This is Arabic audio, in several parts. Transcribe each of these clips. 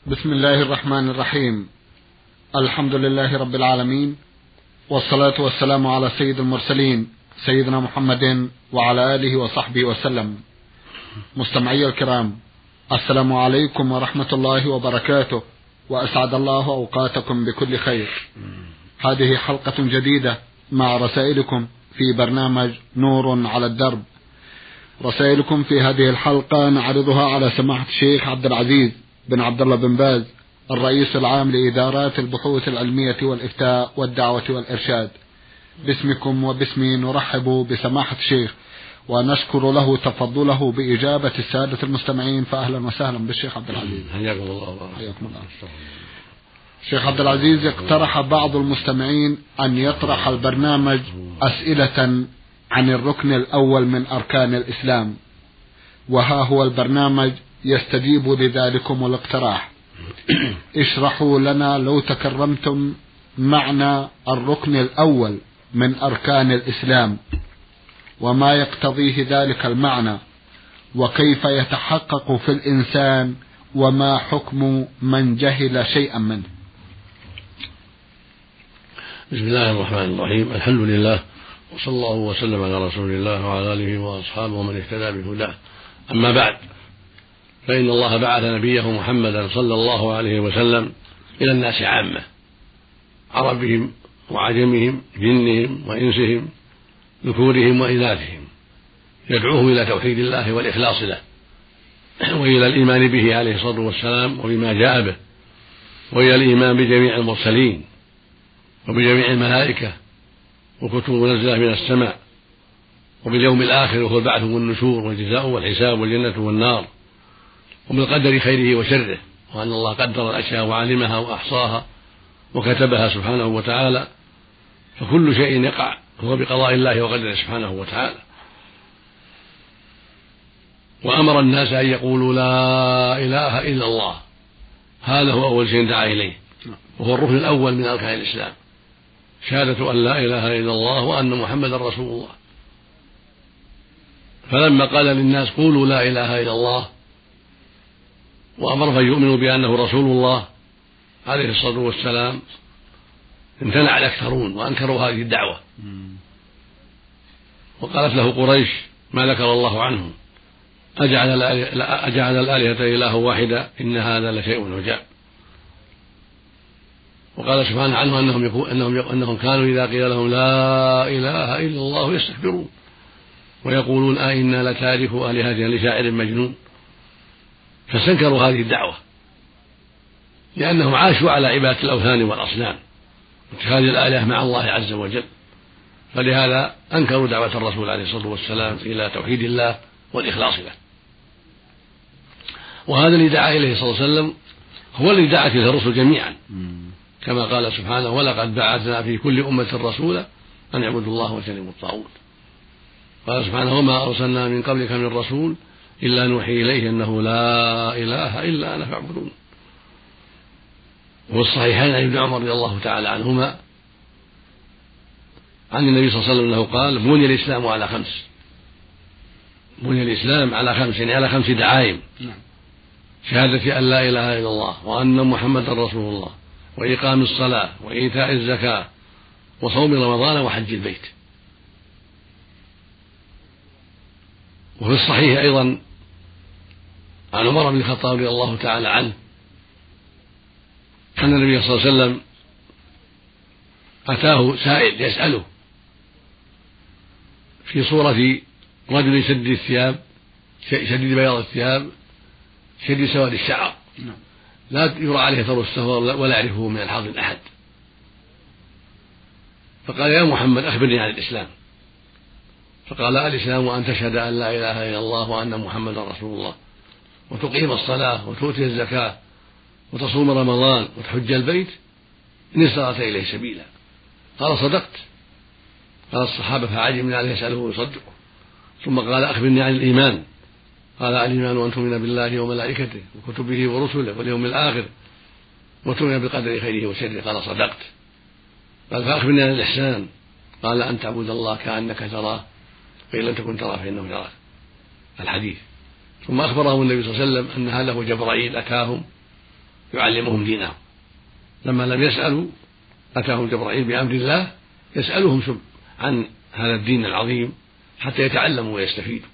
بسم الله الرحمن الرحيم. الحمد لله رب العالمين، والصلاة والسلام على سيد المرسلين سيدنا محمد وعلى آله وصحبه وسلم. مستمعي الكرام، السلام عليكم ورحمة الله وبركاته، وأسعد الله أوقاتكم بكل خير. هذه حلقة جديدة مع رسائلكم في برنامج نور على الدرب. رسائلكم في هذه الحلقة نعرضها على سماحة الشيخ عبد العزيز بن عبد الله بن باز، الرئيس العام لإدارات البحوث العلمية والإفتاء والدعوة والإرشاد. باسمكم وباسمي نرحب بسماحة الشيخ ونشكر له تفضله بإجابة السادة المستمعين، فأهلا وسهلا بالشيخ عبد العزيز. حياكم الله. حياكم الله. الشيخ عبد العزيز، اقترح بعض المستمعين أن يطرح البرنامج أسئلة عن الركن الأول من أركان الإسلام، وها هو البرنامج يستجيب لذلكم الاقتراح. اشرحوا لنا لو تكرمتم معنى الركن الأول من أركان الإسلام، وما يقتضيه ذلك المعنى، وكيف يتحقق في الإنسان، وما حكم من جهل شيئا منه. بسم الله الرحمن الرحيم. الحمد لله، وصلى الله وسلم على رسول الله وعلى آله وأصحابه ومن اهتدى بهداه. أما بعد، فإن الله بعث نبيه محمدا صلى الله عليه وسلم إلى الناس عامة، عربهم وعجمهم، جنهم وإنسهم، ذكورهم وإناثهم، يدعوهم إلى توحيد الله والإخلاص له، وإلى الإيمان به عليه الصلاة والسلام وبما جاء به، وإلى الإيمان بجميع المرسلين وبجميع الملائكة وكتب منزلة من السماء، وباليوم الآخر وهو البعث والنشور والجزاء والحساب والجنة والنار، وبالقدر خيره وشره، وأن الله قدر الأشياء وعلمها وأحصاها وكتبها سبحانه وتعالى، فكل شيء يقع هو بقضاء الله وقدره سبحانه وتعالى. وأمر الناس أن يقولوا لا إله إلا الله، هذا هو أول شيء دعا إليه، وهو الركن الأول من أركان الإسلام، شهادة أن لا إله إلا الله وأن محمدا رسول الله. فلما قال للناس قولوا لا إله إلا الله وأمرهم أن يؤمنوا بأنه رسول الله عليه الصلاة والسلام، امتنع الأكثرون وأنكروا هذه الدعوة، وقالت له قريش ما ذكر الله عنهم: أجعل الآلهة إله واحدا إن هذا لشيء عجاب. وقال سبحانه عنه أنهم كانوا إذا قيل لهم لا إله إلا الله يستكبرون ويقولون أئنا لتاركوا آلهتنا لشاعر مجنون. فاستنكروا هذه الدعوة لأنهم عاشوا على عبادة الأوثان والأصنام واتخاذ الآلهة مع الله عز وجل، فلهذا أنكروا دعوة الرسول عليه الصلاة والسلام إلى توحيد الله والإخلاص له. وهذا الذي دعا إليه صلى الله عليه وسلم هو الذي دعت إليه الرسل جميعا، كما قال سبحانه: ولقد بعثنا في كل أمة رسولا أن يعبدوا الله واجتنبوا الطاغوت. قال سبحانه: وما أرسلنا من قبلك من رسول إلا نوحي إليه أنه لا إله إلا أنا فاعبدون. وفي الصحيحين عن ابن عمر رضي الله تعالى عنهما عن النبي صلى الله عليه وسلم أنه قال: بني الإسلام على خمس. بني الإسلام على خمس، يعني على 5 دعائم: شهادة أن لا إله إلا الله وأن محمدا رسول الله، وإقام الصلاة، وإيتاء الزكاة، وصوم رمضان، وحج البيت. وفي الصحيح أيضا عن عمر بن الخطاب رضي الله تعالى عنه أن النبي صلى الله عليه وسلم أتاه سائل يسأله في صورة رجل شديد الثياب، شديد بياض الثياب، شديد سواد الشعر، لا يرى عليه ثر السفر ولا يعرفه من الحاضر أحد. فقال: يا محمد أخبرني عن الإسلام. فقال: الإسلام أن تشهد أن لا إله إلا الله وأن محمدا رسول الله، وتقيم الصلاة، وتؤتي الزكاة، وتصوم رمضان، وتحج البيت إن استطعت إليه سبيلا. قال: صدقت. قال الصحابة فعجبنا أن يسأله ويصدقه. ثم قال: أخبرني عن الإيمان. قال: الإيمان أن تؤمن بالله وملائكته وكتبه ورسله واليوم الآخر وتؤمن بقدر خيره وشره. قال: صدقت. قال: فأخبرني عن الإحسان. قال: أن تعبد الله كأنك تراه فإن لم تكن تراه فإنه يراك. الحديث. ثم أخبرهم النبي صلى الله عليه وسلم أن هذا هو جبرائيل أتاهم يعلمهم دينهم. لما لم يسألوا أتاهم جبرائيل بأمر الله يسألهم عن هذا الدين العظيم حتى يتعلموا ويستفيدوا.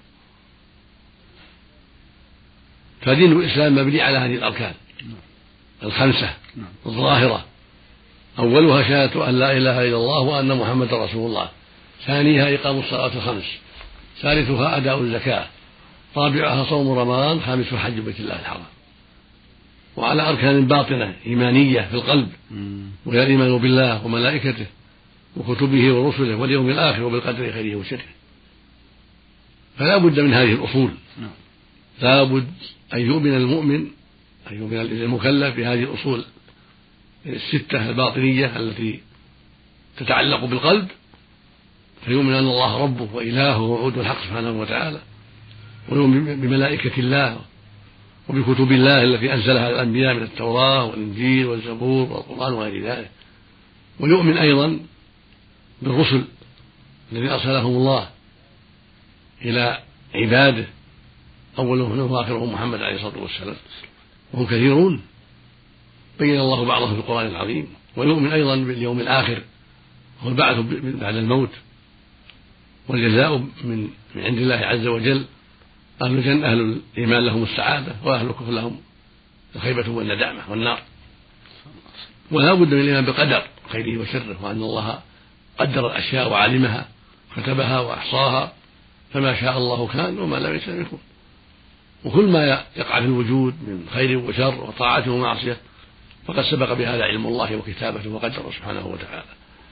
فدين الإسلام مبني على هذه الأركان الخمسة الظاهرة: أولها شهادة أن لا إله إلا الله وأن محمدا رسول الله، ثانيها إقام الصلاة الخمس، ثالثها أداء الزكاة، رابعها صوم رمضان، خامسها حج بيت الله الحرام. وعلى أركان باطنة إيمانية في القلب، وهي الإيمان بالله وملائكته وكتبه ورسله واليوم الآخر وبالقدر خيره وشره. فلا بد من هذه الأصول، لا بد أن يؤمن المؤمن، أن يؤمن المكلف بهذه الأصول الستة الباطنية التي تتعلق بالقلب، فيؤمن أن الله ربه وإلهه ومعبوده الحق سبحانه وتعالى، ويؤمن بملائكة الله وبكتب الله التي أنزلها على الأنبياء من التوراة والإنجيل والزبور والقرآن وغير ذلك، ويؤمن أيضا بالرسل الذين أرسلهم الله إلى عباده، أولهم وآخرهم محمد عليه الصلاة والسلام، وهم كثيرون بين الله بعضهم في القرآن العظيم. ويؤمن أيضا باليوم الآخر والبعث بعد الموت والجزاء من عند الله عز وجل. أهل الجنة أهل الإيمان لهم السعادة، وأهل الكفر لهم الخيبة والندامة والنار. ولا بد من الإيمان بقدر خيره وشره، وأن الله قدر الأشياء وعلمها كتبها وأحصاها، فما شاء الله كان وما لم يشاء يكون. وكل ما يقع في الوجود من خير وشر وطاعة ومعصية فقد سبق بهذا علم الله وكتابته وقدره سبحانه وتعالى.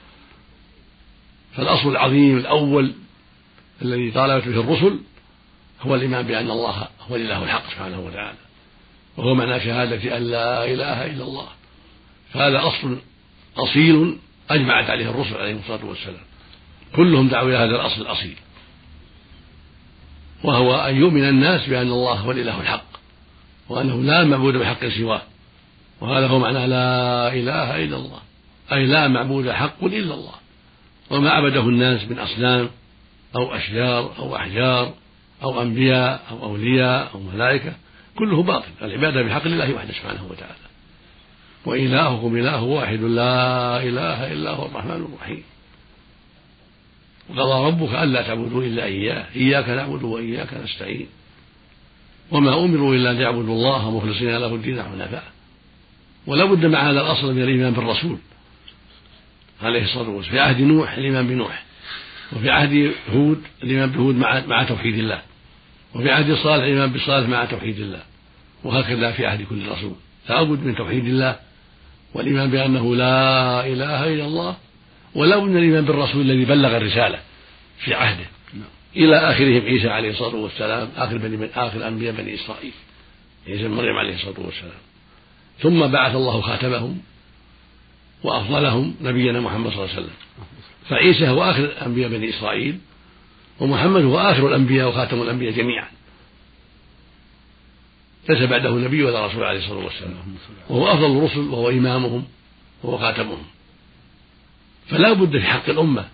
فالأصل العظيم الأول الذي طالبت به الرسل هو الإيمان بأن الله هو الإله الحق سبحانه وتعالى، وهو معنى شهادة أن لا إله إلا الله. فهذا أصل أصيل أجمعت عليه الرسل عليهم الصلاة والسلام، كلهم دعوا إلى هذا الأصل الأصيل، وهو أن يؤمن الناس بأن الله هو الإله الحق، وأنه لا معبود بحق سواه. وهذا هو معنى لا إله إلا الله، أي لا معبود حق إلا الله، وما عبده الناس من أصنام أو أشجار أو أحجار أو أنبياء أو أولياء أو ملائكة كله باطل. العبادة بحق لله وحده سبحانه وتعالى. وإلهكم إله واحد لا إله إلا هو الرحمن الرحيم. وقضى ربك ألا تعبدوا إلا إياه، إياك نعبد وإياك نستعين، وما أمروا إلا ليعبدوا الله مخلصين له الدين حنفاء. ولا بد مع هذا الأصل من الإيمان بالرسول عليه الصلاة والسلام. في عهد نوح الإيمان بنوح، وفي عهد هود الإيمان بهود مع توحيد الله، وفي عهد صالح الإيمان بصالح مع توحيد الله، وهكذا في عهد كل رسول. لا بد من توحيد الله والإيمان بأنه لا إله إلا الله، ولا بد من الإيمان بالرسول الذي بلغ الرسالة في عهده إلى آخرهم عيسى عليه الصلاة والسلام، آخر أنبياء بني إسرائيل عيسى بن مريم عليه الصلاة والسلام. ثم بعث الله خاتمهم وأفضلهم نبينا محمد صلى الله عليه وسلم، فعيسى هو آخر أنبياء بني إسرائيل، ومحمد هو آخر الأنبياء وخاتم الأنبياء جميعا، ليس بعده نبي ولا رسول عليه الصلاة والسلام، وهو أفضل الرسل وهو إمامهم وهو خاتمهم. فلا بد في حق الأمة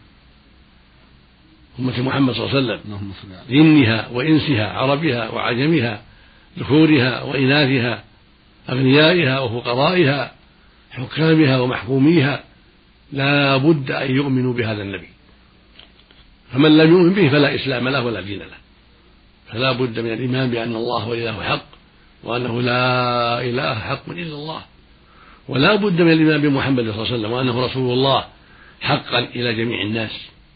أمة محمد صلى الله عليه وسلم، جنها وإنسها، عربها وعجمها، ذكورها وإناثها، أغنيائها وفقرائها، حكامها ومحكوميها، لا بد أن يؤمنوا بهذا النبي. فمن لم يؤمن به فلا إسلام له ولا دين له. فلا بد من الإيمان بأن الله هو الإله حق، وأنه لا إله حق إلا الله. ولا بد من الإيمان بمحمد صلى الله عليه وسلم وأنه رسول الله حقا إلى جميع الناس.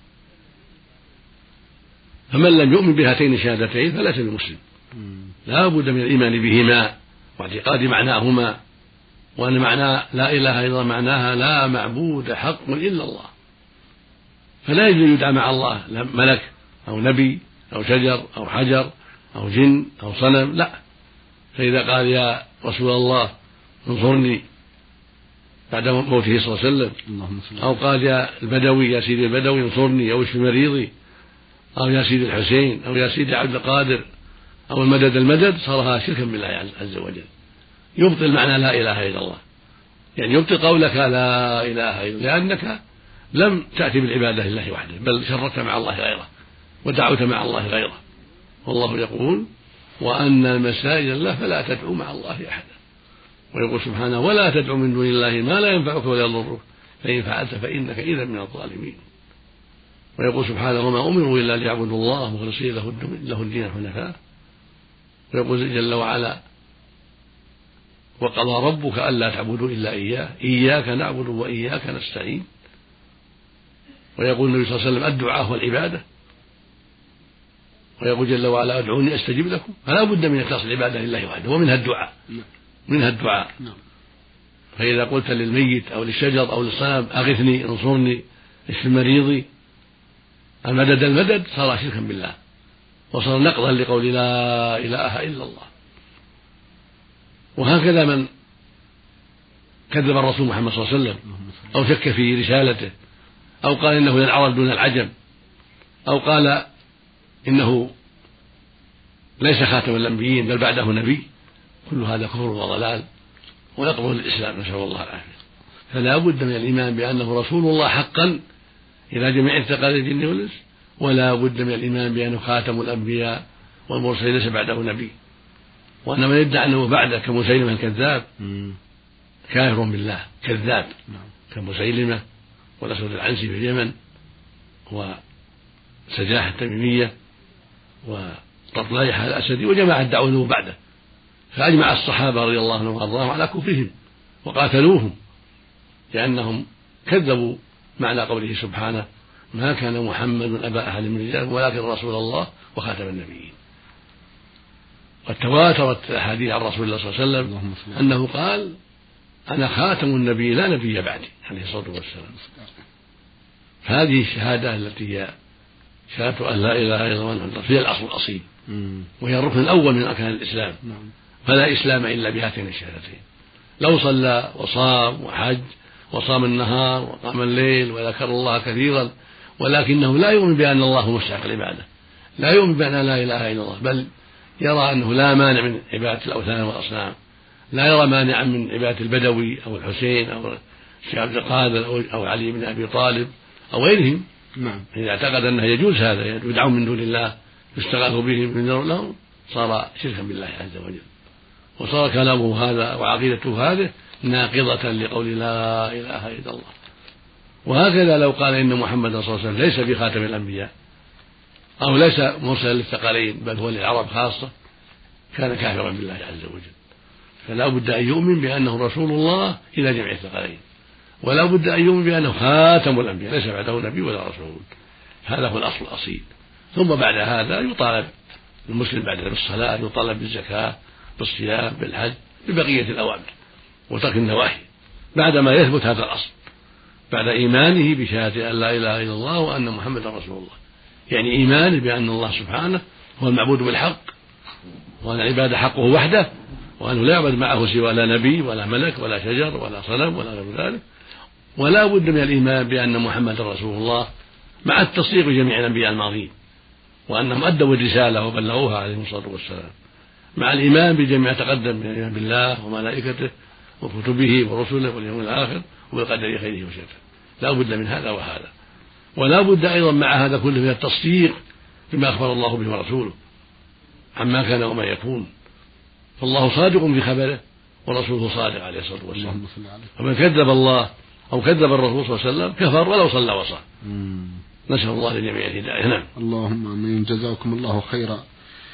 فمن لم يؤمن بهاتين الشهادتين فليس بمسلم. لا بد من الإيمان بهما واعتقاد معناهما، وأن معنى لا إله إلا الله معناها لا معبود حق إلا الله. فلا يجوز يدعى مع الله ملك أو نبي أو شجر أو حجر أو جن أو صنم، لا. فإذا قال يا رسول الله انصرني بعد موته صلى الله عليه وسلم، أو قال يا البدوي يا سيدي البدوي انصرني، أو اشف مريضي، أو يا سيدي الحسين، أو يا سيدي عبد القادر، أو المدد، صار هذا شركا بالله عز وجل، يبطل معنى لا إله إلا الله. يعني يبطل قولك لا إله إلا، لأنك لم تأتي بالعبادة لله وحده، بل شركت مع الله غيره ودعوت مع الله غيره. والله يقول وأن المساجد لله فلا تدعوا مع الله أحدا. ويقول سبحانه ولا تدع من دون الله ما لا ينفعك ولا يضرك فإن فعلت فإنك إذا من الظالمين. ويقول سبحانه وما أمروا إلا ليعبدوا الله مخلصين له الدين حنفاء. ويقول جل وعلا وقضى ربك ألا تعبدوا إلا إياه إياك نعبد وإياك نستعين. ويقول النبي صلى الله عليه وسلم الدعاء هو العبادة. ويقول جل وعلا ادعوني أستجب لكم. فلا بد من إخلاص العبادة لله وحده ومنها الدعاء فإذا قلت للميت أو للشجر أو للصنم أغثني انصرني اشف مريضي المدد صار شركا بالله وصار نقضا لقول لا إله إلا الله. وهكذا من كذب الرسول محمد صلى الله عليه وسلم أو شك في رسالته أو قال إنه للعرب دون العجم أو قال إنه ليس خاتم الأنبيين بل بعده نبي كل هذا كفر وضلال ونقض للإسلام نسأل الله العافية. فلا بد من الإيمان بأنه رسول الله حقا إلى جميع ثقل الجن والإنس ولا بد من الإيمان بأنه خاتم الأنبياء والمرسلين ليس بعده نبي. وأن من يدعي أنه بعده كمسيلمة الكذاب كافر بالله كذاب كمسيلمة والأسود العنسي في اليمن وسجاح التميمية وطليحة الأسدي وجماعة دعوا له بعده. فأجمع الصحابة رضي الله عنهم وأرضاهم على كفرهم وقاتلوهم لأنهم كذبوا معنى قوله سبحانه ما كان محمد أبا أحد من رجالكم ولكن رسول الله وخاتم النبيين. قد تواترت الأحاديث عن رسول الله صلى الله عليه وسلم أنه قال أنا خاتم النبي لا نبي بعدي عليه الصلاة والسلام. هذه الشهادة التي هي شهادة أن لا إله إلا الله هي الأصل الأصيل وهي الركن الأول من أركان الإسلام. فلا إسلام إلا بهاتين الشهادتين. لو صلى وصام وحج وصام النهار وقام الليل وذكر الله كثيرا ولكنه لا يؤمن بأن الله مستحق العبادة لا يؤمن بأن لا إله إلا الله بل يرى أنه لا مانع من عبادة الأوثان والأصنام لا يرى مانعا من عبادة البدوي أو الحسين أو الشيخ عبد القادر أو علي بن أبي طالب أو غيرهم إذا اعتقد أنه يجوز هذا يدعون من دون الله يستغاث بهم من دون لهم صار شركا بالله عز وجل وصار كلامه هذا وعقيدته هذه ناقضة لقول لا إله إلا الله. وهكذا لو قال إن محمد صلى الله عليه وسلم ليس بخاتم الأنبياء أو ليس مرسلا للثقلين بل هو للعرب خاصة كان كافرا بالله عز وجل. فلا بد أن يؤمن بأنه رسول الله إلى جميع الثقلين ولا بد أن يؤمن بأنه خاتم الأنبياء ليس بعده نبي ولا رسول. هذا هو الأصل الأصيل. ثم بعد هذا يطالب المسلم بعد بالصلاة يطالب بالزكاة بالصيام بالحج ببقية الأوامر وترك النواهي بعدما يثبت هذا الأصل بعد إيمانه بشهادة أن لا إله إلا الله وأن محمدا رسول الله يعني إيمانه بأن الله سبحانه هو المعبود بالحق وأن العبادة حقه وحده وأنه لا يعبد معه سوى لا نبي ولا ملك ولا شجر ولا صنم ولا غير ذلك. ولا بد من الإيمان بأن محمدا رسول الله مع التصديق بجميع الأنبياء الماضين وأنهم أدوا الرسالة وبلغوها عليهم الصلاة والسلام مع الإيمان بجميع تقدم من الإيمان بالله وملائكته وكتبه ورسله واليوم الآخر وبالقدر خيره وشره. لا بد من هذا وهذا. ولا بد أيضا مع هذا كله من التصديق بما أخبر الله به ورسوله عما كان وما يكون. فالله صادق في خبره ورسوله صادق عليه الصلاة والسلام. فمن كذب الله أو كذب الرسول صلى الله عليه وسلم كفر ولو صلى وصام. نسأل الله لجميع الهداية. نعم. اللهم آمين. جزاكم الله خيرا.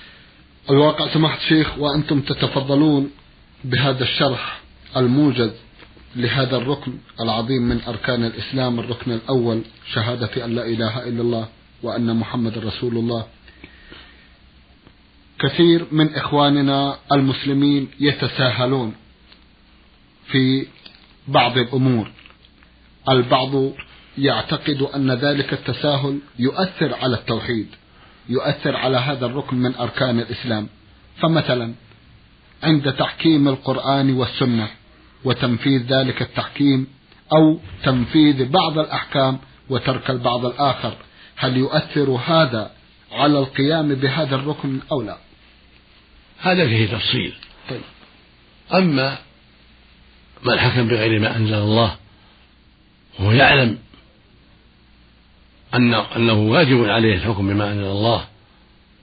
الواقع سماحة الشيخ وأنتم تتفضلون بهذا الشرح الموجز لهذا الركن العظيم من أركان الإسلام الركن الأول شهادة أن لا إله إلا الله وأن محمد رسول الله. كثير من إخواننا المسلمين يتساهلون في بعض الأمور. البعض يعتقد أن ذلك التساهل يؤثر على التوحيد يؤثر على هذا الركن من أركان الإسلام. فمثلا عند تحكيم القرآن والسنة وتنفيذ ذلك التحكيم أو تنفيذ بعض الأحكام وترك البعض الآخر هل يؤثر هذا على القيام بهذا الركن أو لا؟ هذا فيه تفصيل. طيب. أما من حكم بغير ما أنزل الله وهو يعلم أنه واجب عليه الحكم بما أنزل الله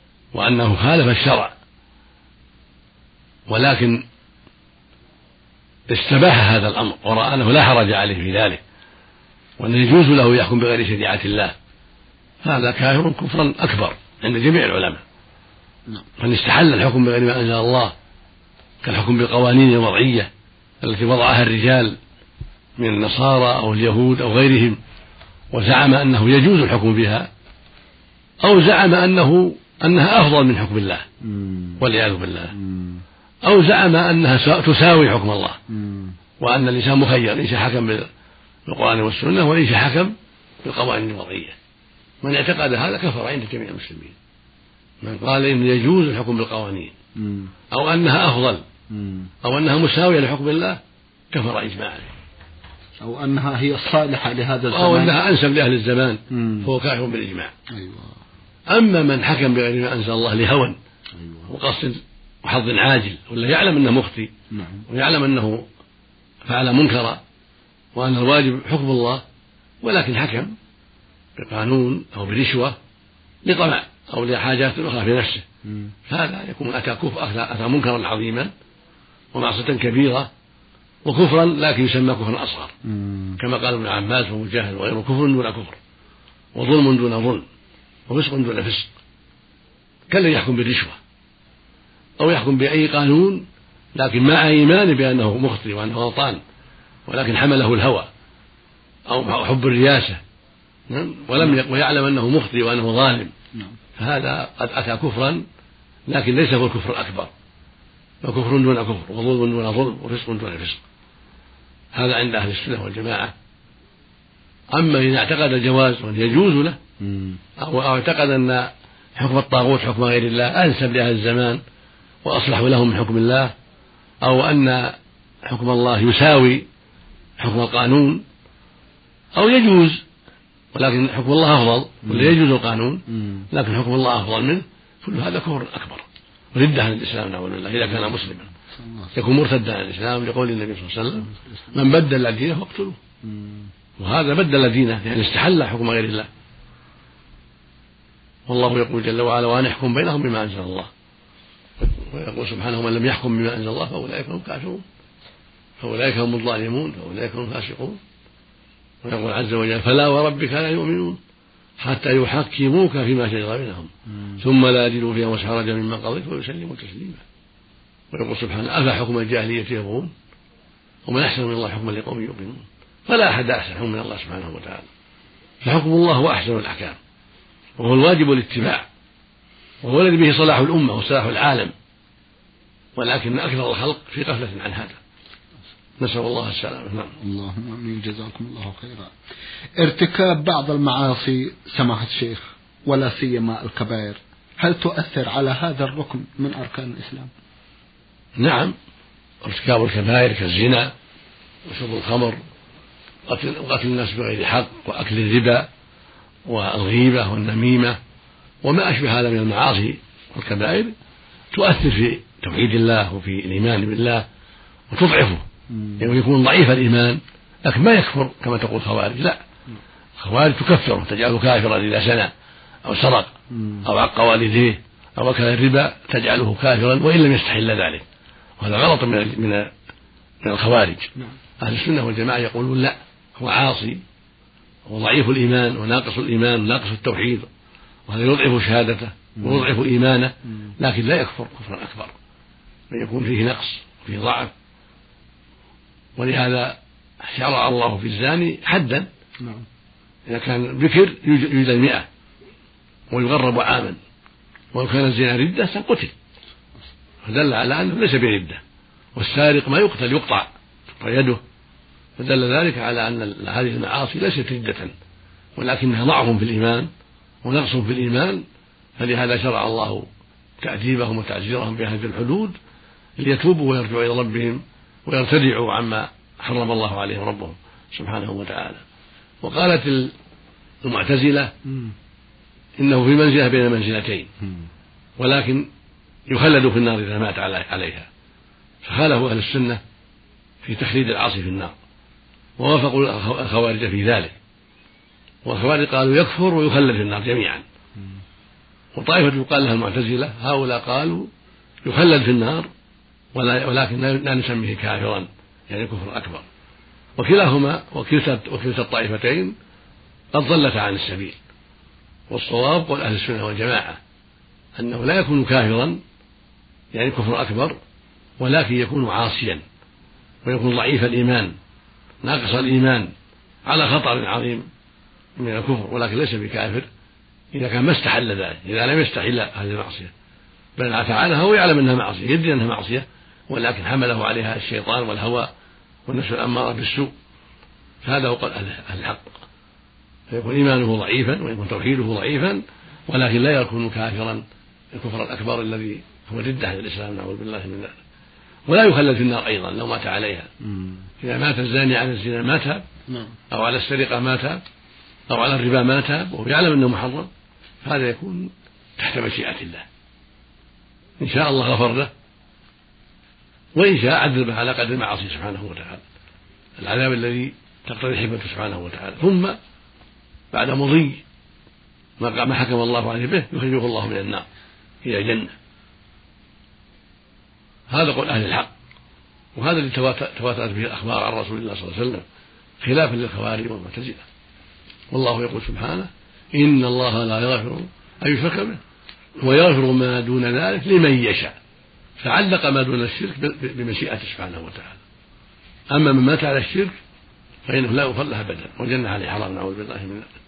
وأنه خالف الشرع ولكن استباح هذا الأمر ورأى أنه لا حرج عليه في ذلك وأن يجوز له يحكم بغير شريعة الله، هذا كافر كفرا أكبر عند جميع العلماء. من استحل الحكم بغير ما أنزل الله كالحكم بالقوانين الوضعية التي وضعها الرجال من النصارى أو اليهود أو غيرهم وزعم أنه يجوز الحكم بها، أو زعم أنها أفضل من حكم الله والعياذ بالله، أو زعم أنها تساوي حكم الله وأن الإنسان مخير، ليس حكم بالقرآن والسنة وليس حكم بالقوانين الوضعية. من اعتقد هذا كفر عند جميع المسلمين. من قال إن يجوز الحكم بالقوانين أو أنها أفضل أو أنها مساوية لحكم الله كفر إجماعا، أو أنها هي الصالحة لهذا الزمان أو أنها أنسب لأهل الزمان فهو كافر بالإجماع. أما من حكم بغير ما أنزل الله لهوى وقصد وحظ عاجل ولا يعلم أنه مخطئ ويعلم أنه فعل منكرا وأن الواجب حكم الله ولكن حكم بقانون أو برشوة لطمع أو لحاجات أخرى في نفسه، هذا يكون أتى منكرا عظيما ومعصية كبيرة وكفرا، لكن يسمى كفرا أصغر كما قال ابن عباس ومجاهد وغيره: كفر دون كفر وظلم دون ظلم وفسق دون فسق. كالذي يحكم بالرشوة أو يحكم بأي قانون لكن مع إيمان بأنه مخطئ وأنه غلطان ولكن حمله الهوى أو حب الرياسة ويعلم أنه مخطئ وأنه ظالم، فهذا قد أتى كفرا لكن ليس هو الكفر الأكبر، فكفر دون كفر وظلم دون ظلم وفسق دون فسق. هذا عند أهل السنة والجماعة. أما إذا اعتقد الجواز وأن يجوز له أو اعتقد أن حكم الطاغوت حكم غير الله أنسب لأهل الزمان وأصلح لهم من حكم الله، أو أن حكم الله يساوي حكم القانون أو يجوز ولكن حكم الله أفضل ولا يجوز القانون لكن حكم الله أفضل منه، كل هذا كفر أكبر ردة عن الإسلام نعوذ بالله إذا كان مسلما، يكون مرتدا عن الإسلام لقول النبي صلى الله عليه وسلم: من بدل دينه فاقتلوه. وهذا بدل دينه يعني استحل حكم غير الله. والله يقول جل وعلا: وأن يحكم بينهم بما أنزل الله. ويقول سبحانه: من لم يحكم بما أنزل الله فأولئك هم كافرون، فأولئك هم الظالمون، فأولئك هم الفاسقون. ويقول عز وجل: فلا وربك لا يؤمنون حتى يحكموك فيما شجر بينهم ثم لا يجدوا في أنفسهم حرجا مما قضيت ويسلموا تسليما. ويقول سبحانه: أفحكم الجاهلية يبغون ومن أحسن من الله حكما لقوم يوقنون. فلا أحد أحسن من الله سبحانه وتعالى، فحكم الله هو أحسن الأحكام وهو الواجب الاتباع وهو الذي به صلاح الأمة وصلاح العالم، ولكن أكثر الخلق في غفلة عن هذا، نسأل الله السلامة. نعم. اللهم آمين. جزاكم الله خيرا. ارتكاب بعض المعاصي سماحة الشيخ ولا سيما الكبائر، هل تؤثر على هذا الركن من أركان الإسلام؟ نعم، ارتكاب الكبائر كالزنا وشرب الخمر وقتل الناس بغير حق وأكل الربا والغيبة والنميمة وما أشبه هذا من المعاصي والكبائر تؤثر في توحيد الله وفي الإيمان بالله وتضعفه، يعني يكون ضعيف الإيمان لكن ما يكفر كما تقول الخوارج، لا، الخوارج تكفره تجعله كافرا إذا زنى أو سرق أو عق والديه أو أكل الربا تجعله كافرا وإن لم يستحل ذلك، وهذا غلط من الخوارج. أهل السنة والجماعة يقولون لا، هو عاصي وضعيف الإيمان وناقص الإيمان وناقص التوحيد، وهذا يضعف شهادته ويضعف إيمانه لكن لا يكفر كفرا أكبر، بل يكون فيه نقص وفيه ضعف. ولهذا شرع الله في الزاني حدا، إذا كان بكر يجلد 100 ويغرب عاما، وإن كان الزنا ردة قتل، فدل على أنه ليس بردة. والسارق ما يقتل، يقطع يده، فدل ذلك على أن هذه المعاصي ليست ردة ولكنها ضعف في الإيمان ونقص في الإيمان، فلهذا شرع الله تأديبهم وتعزيرهم بهذه الحدود ليتوبوا ويرجعوا إلى ربهم ويرتدعوا عما حرم الله عليهم ربهم سبحانه وتعالى. وقالت المعتزلة إنه في منزلة بين منزلتين، ولكن يخلد في النار إذا مات عليها، فخالفوا أهل السنة في تخليد العاصي في النار ووافقوا الخوارج في ذلك، والخوارج قالوا يكفر ويخلد في النار جميعا، وطائفة يقال لها المعتزلة هؤلاء قالوا يخلد في النار ولكن لا نسميه كافرا يعني كفر أكبر، وكلاهما وكلتا الطائفتين قد ضلتا عن السبيل. والصواب قول أهل السنة والجماعة أنه لا يكون كافرا يعني كفر أكبر، ولكن يكون عاصيا ويكون ضعيف الإيمان ناقص الإيمان على خطر عظيم من الكفر، ولكن ليس بكافر إذا كان ما استحل ذلك، إذا لم يستحل هذه المعصية بل فعلها ويعلم أنها معصية، يدري أنها معصية ولكن حمله عليها الشيطان والهوى والنفس الأمارة بالسوء، فهذا هو قول أهل الحق، فيكون إيمانه ضعيفا ويكون توحيده ضعيفا، ولكن لا يكون كافرا الكفر الأكبر الذي هو ردة عن الإسلام، نعوذ بالله من ذلك. ولا يخلد في النار أيضا لو مات عليها، إذا مات الزاني على الزنا ما تاب، أو على السرقة ما تاب، أو على الربا ما تاب وهو يعلم أنه محرم، هذا يكون تحت مشيئة الله، إن شاء الله غفر له، وإن شاء عذبه على قدر المعاصي سبحانه وتعالى، العذاب الذي تقتضي حكمته سبحانه وتعالى، ثم بعد مضي ما حكم الله عليه به يخرجه الله من النار إلى الجنة. هذا قول أهل الحق، وهذا الذي تواترت به الأخبار عن رسول الله صلى الله عليه وسلم خلافا للخوارج والمعتزلة. والله يقول سبحانه: إن الله لا يغفر أن يشرك به ويغفر ما دون ذلك لمن يشاء، فعلق ما دون الشرك بمشيئته سبحانه وتعالى. أما من مات على الشرك فإنه لا يغفر له أبدا والجنة عليه حرام، نعوذ بالله من ذلك،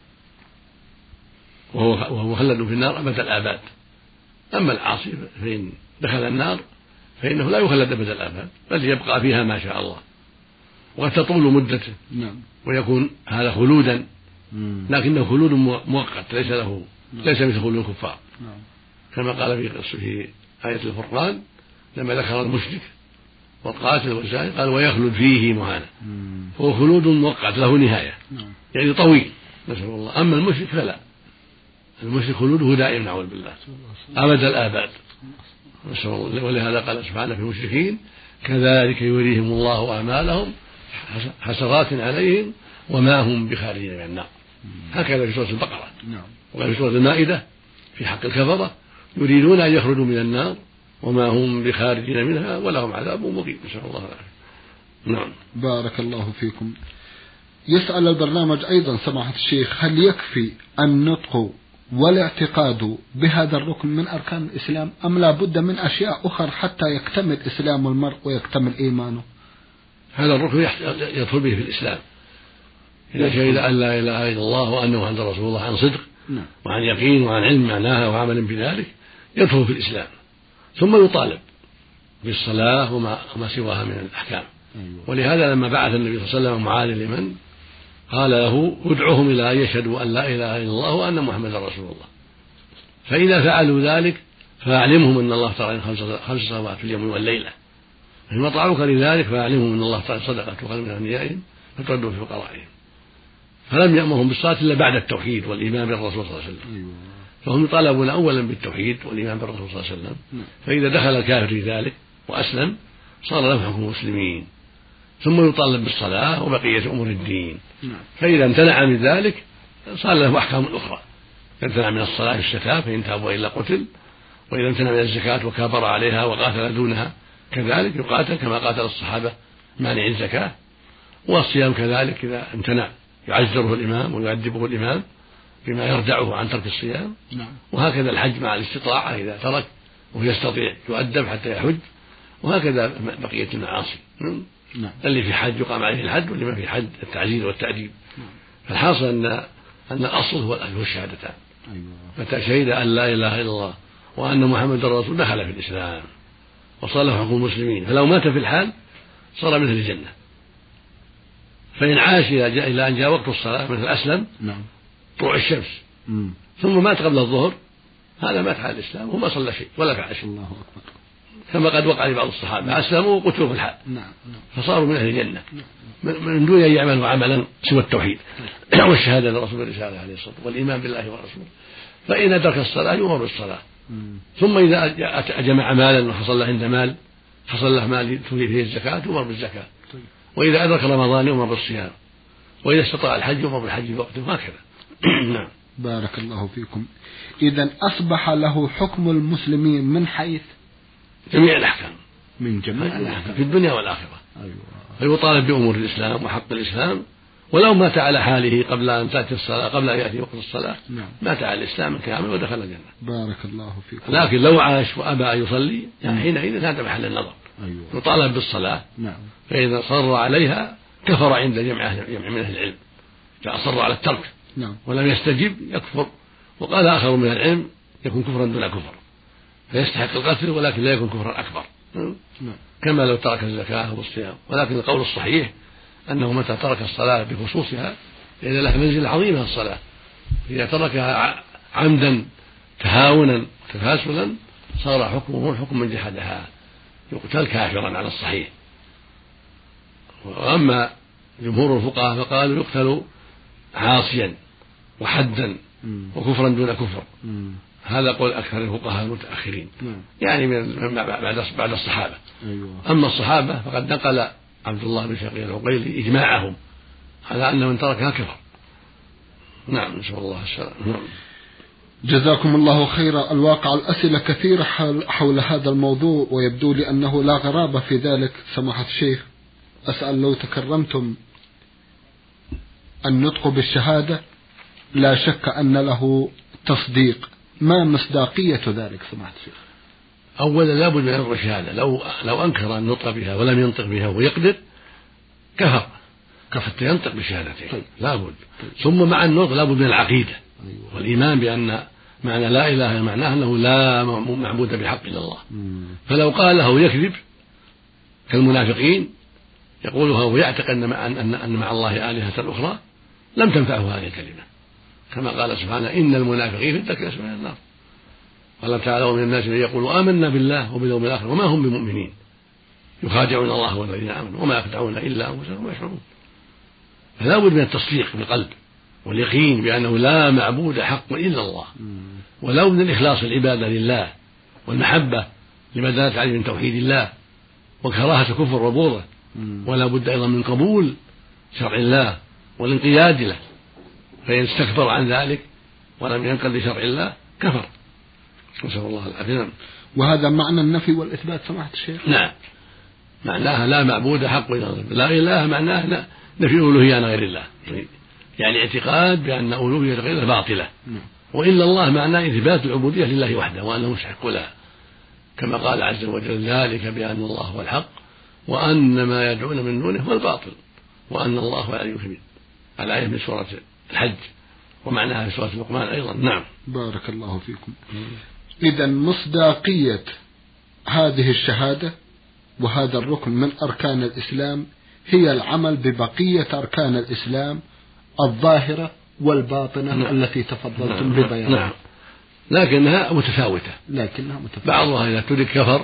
وهو مخلد في النار أبد الآباد. أما العاصي فإن دخل النار فإنه لا يخلد أبد الآباد بل يبقى فيها ما شاء الله، وقد تطول مدته ويكون هذا خلودا، لكنه خلود مؤقت ليس مثل خلود الكفار، كما قال في آية الفرقان لما ذكر المشرك والقاتل والزاني قال ويخلد فيه مهانا، هو خلود مؤقت له نهاية يعني طويل، نسأل الله. أما المشرك فلا، المشرك خلوده دائم، نعوذ بالله، أبد الآباد، ولهذا قال سبحانه في المشركين: كذلك يريهم الله أعمالهم حسرات عليهم وما هم بخارجين من النار. هكذا في سورة البقرة وفي سورة المائدة في حق الكفرة: يريدون أن يخرجوا من النار وما هم بخارجين منها ولهم عذاب مقيم، نسأل الله العافية. نعم. بارك الله فيكم. يسأل البرنامج أيضا سماحة الشيخ: هل يكفي النطق والاعتقاد بهذا الركن من أركان الإسلام أم لا بد من أشياء أخرى حتى يكتمل إسلام المرء ويكتمل إيمانه؟ هذا الركن يدخل به في الإسلام إذا شهد أن لا إله إلا الله وأنه محمد رسول الله عن صدق وعن يقين وعن علم معناها وعمل بذلك، يدخل في الإسلام، ثم يطالب بالصلاة وما سواها من الأحكام. ولهذا لما بعث النبي صلى الله عليه وسلم معاذ اليمن قال له: ادعوهم إلى أن يشهدوا أن لا إله إلا الله وأن محمدا رسول الله، فإذا فعلوا ذلك فأعلمهم أن الله تعالى 5 صلوات في اليوم والليلة، فإن أطاعوك لذلك فأعلمهم أن الله تعالى صدقة تؤخذ من أغنيائهم فتردوا في فقرائهم. فلم يأمرهم بالصلاة إلا بعد التوحيد والإيمان بالرسول صلى الله عليه وسلم، فهم يطالبون أولا بالتوحيد والإيمان بالرسول صلى الله عليه وسلم، فإذا دخل الكافر في ذلك وأسلم صار له حكم المسلمين، ثم يطالب بالصلاة وبقية أمور الدين. فإذا امتنع من ذلك صار له أحكام أخرى، امتنع من الصلاة يستتاب فإن تابوا إلا قتل، وإذا امتنع من الزكاة وكابر عليها وقاتل دونها كذلك يقاتل كما قاتل الصحابة مانع الزكاة، والصيام كذلك إذا امتنع يعزره الإمام ويؤدبه الإمام بما يردعه عن ترك الصيام. وهكذا الحج مع الاستطاعة إذا ترك ويستطيع يؤدب حتى يحج، وهكذا بقية المعاصي. اللي في حج يقام عليه الحد، واللي ما في حد التعزير والتأديب. فالحاصل أن الأصل هو الشهادتان. متى شهد أن لا إله إلا الله وأن محمد رسول دخل في الإسلام وصار له حكم المسلمين، فلو مات في الحال صار مثل الجنة. فإن عاش إلى أن جاء وقت الصلاة مثل أسلم طلوع الشمس ثم مات قبل الظهر، هذا مات على الإسلام وما صلى شيء ولا فعل شيء، الله أكبر، كما قد وقع لبعض الصحابة أسلموا وقتلوا في الحال فصاروا من أهل الجنة من دون أن يعملوا عملا سوى التوحيد والشهادة لرسول الرسالة عليه الصلاة والسلام والإيمان بالله ورسوله. فإن أدرك الصلاة يؤمر بالصلاة، ثم إذا جمع مالا وحصل له عنده مال حصل له مال تولي فيه الزكاة يؤمر بالزكاة، وإذا أدرك رمضان يؤمر بالصيام، وإذا استطاع الحج يؤمر بالحج وقته، هكذا. نعم. بارك الله فيكم. إذن أصبح له حكم المسلمين من حيث جميع الأحكام، من جميع الأحكام في الدنيا والآخرة، فيطالب بأمور الإسلام وحق الإسلام، ولو مات على حاله قبل أن تأتي الصلاة، قبل أن يأتي وقت الصلاة، مات على الإسلام الكامل ودخل الجنة. بارك الله فيكم. لكن لو عاش وأبى أن يصلي حينئذ هذا محل النظر. يطالب بالصلاة، فإذا صر عليها كفر عند جمع من أهل العلم، فأصر على الترك ولم يستجب يكفر. وقال آخر من العلم يكون كفرا دون كفر، فيستحق القتل ولكن لا يكون كفرا أكبر، كما لو ترك الزكاة والصيام. ولكن القول الصحيح أنه متى ترك الصلاة بخصوصها فإن لها منزلة عظيمة الصلاة، إذا تركها عمدا تهاونا تكاسلا صار حكمه حكم من جحدها، يقتل كافرا على الصحيح. وأما جمهور الفقهاء فقالوا يقتل عاصيا وحدا وكفرا دون كفر. هذا قول أكثر الفقهاء المتأخرين، يعني من بعد الصحابة. أما الصحابة فقد نقل عبد الله بن شقيق العقيلي إجماعهم على أن من تركها كفر. نعم، نسأل الله السلامة. جزاكم الله خيرا. الواقع الأسئلة كثيرة حول هذا الموضوع، ويبدو لي أنه لا غرابة في ذلك. سماحة الشيخ، أسأل لو تكرمتم النطق بالشهادة لا شك أن له تصديق، ما مصداقية ذلك سماحة الشيخ؟ أولا لابد من نطق الشهادة، لو أنكر النطق بها ولم ينطق بها ويقدر كفر حتى ينطق بشهادتين. لابد. ثم مع النطق لابد من العقيدة والإيمان بأن معنى لا إله معناه أنه لا معبود بحق إلا الله. فلو قالها ويكذب كالمنافقين يقولها ويعتقد أن مع الله آلهة أخرى لم تنفعه هذه الكلمة، كما قال سبحانه إن المنافقين في الدرك الأسفل من النار. قال تعالى ومن الناس من يقول آمنا بالله وباليوم الآخر وما هم بمؤمنين يخادعون الله والذين آمنوا وما يخدعون إلا أنفسهم ويشعرون. فلا بد من التصديق بالقلب واليقين بأنه لا معبود حق إلا الله، ولو من الإخلاص العبادة لله والمحبة لما دلت عليه من توحيد الله وكراهة كفر وبغضه. ولا بد أيضا من قبول شرع الله والانقياد له، فإن استكبر عن ذلك ولم ينقل لشرع الله كفر، نسأل الله العافية. وهذا معنى النفي والإثبات سماحة الشيخ؟ نعم، معناها لا معبود حق إلا الله. لا إله معناها نفي ألوهية عن غير الله، يعني اعتقاد بأن ألوهية غير الله باطلة. وإلا الله معناه إثبات العبودية لله وحده وأنه مستحق لها، كما قال عز وجل ذلك بأن الله هو الحق وأن ما يدعون من دونه هو الباطل وأن الله هو العلي الكبير. الآية من سورة الحج ومعناها في سورة لقمان أيضا. نعم، بارك الله فيكم. إذا مصداقية هذه الشهادة وهذا الركن من أركان الإسلام هي العمل ببقية أركان الإسلام الظاهرة والباطنة التي تفضلتم ببيانها. نعم، لكنها متفاوتة. بعضها إذا ترك كفر،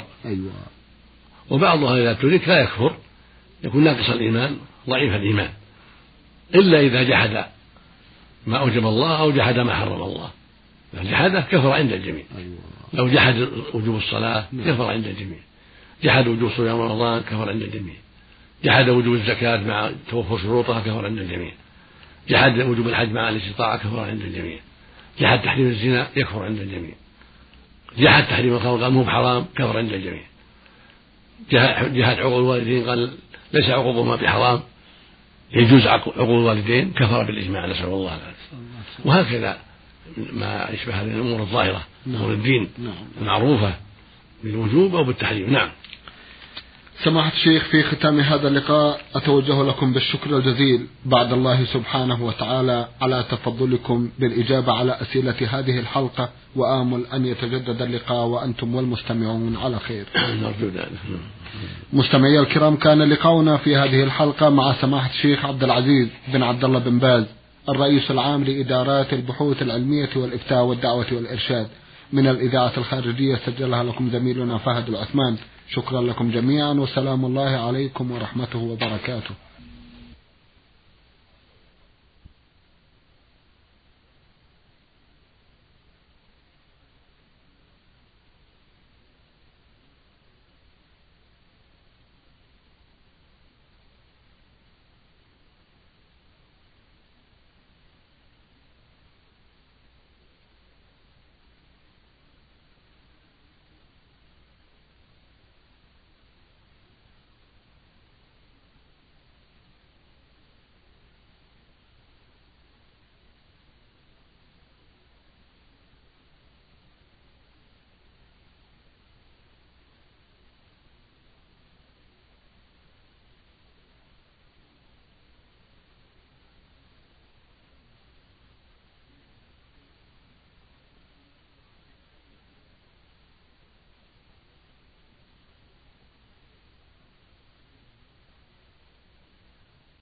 وبعضها إذا ترك لا يكفر، يكون ناقص الإيمان ضعيف الإيمان، إلا إذا جحد ما أوجب الله أو جحد ما حرم الله. لو جحده كفر عند الجميع. لو جحد وجوب الصلاة كفر عند الجميع، جحد وجوب صيام رمضان كفر عند الجميع، جحد وجوب الزكاة مع توفر شروطها كفر عند الجميع، جحد وجوب الحج مع الاستطاعة كفر عند الجميع، جحد تحريم الزنا يكفر عند الجميع، جحد تحريم الخمر قال مو بحرام كفر عند الجميع، جحد عقوق الوالدين قال ليس عقوقهما بحرام يجوز عقوق الوالدين كفر بالإجماع، نسأل الله العافية. وهكذا ما يشبه هذه الأمور الظاهرة، أمور الدين المعروفة بالوجوب أو بالتحريم. نعم. سماحة الشيخ، في ختام هذا اللقاء أتوجه لكم بالشكر الجزيل بعد الله سبحانه وتعالى على تفضلكم بالإجابة على أسئلة هذه الحلقة، وآمل أن يتجدد اللقاء وأنتم والمستمعون على خير. مستمعي الكرام، كان لقاؤنا في هذه الحلقة مع سماحة الشيخ عبد العزيز بن عبد الله بن باز، الرئيس العام لإدارات البحوث العلمية والإفتاء والدعوة والإرشاد من الإذاعة الخارجية، سجلها لكم زميلنا فهد العثمان. شكرا لكم جميعا، وسلام الله عليكم ورحمته وبركاته.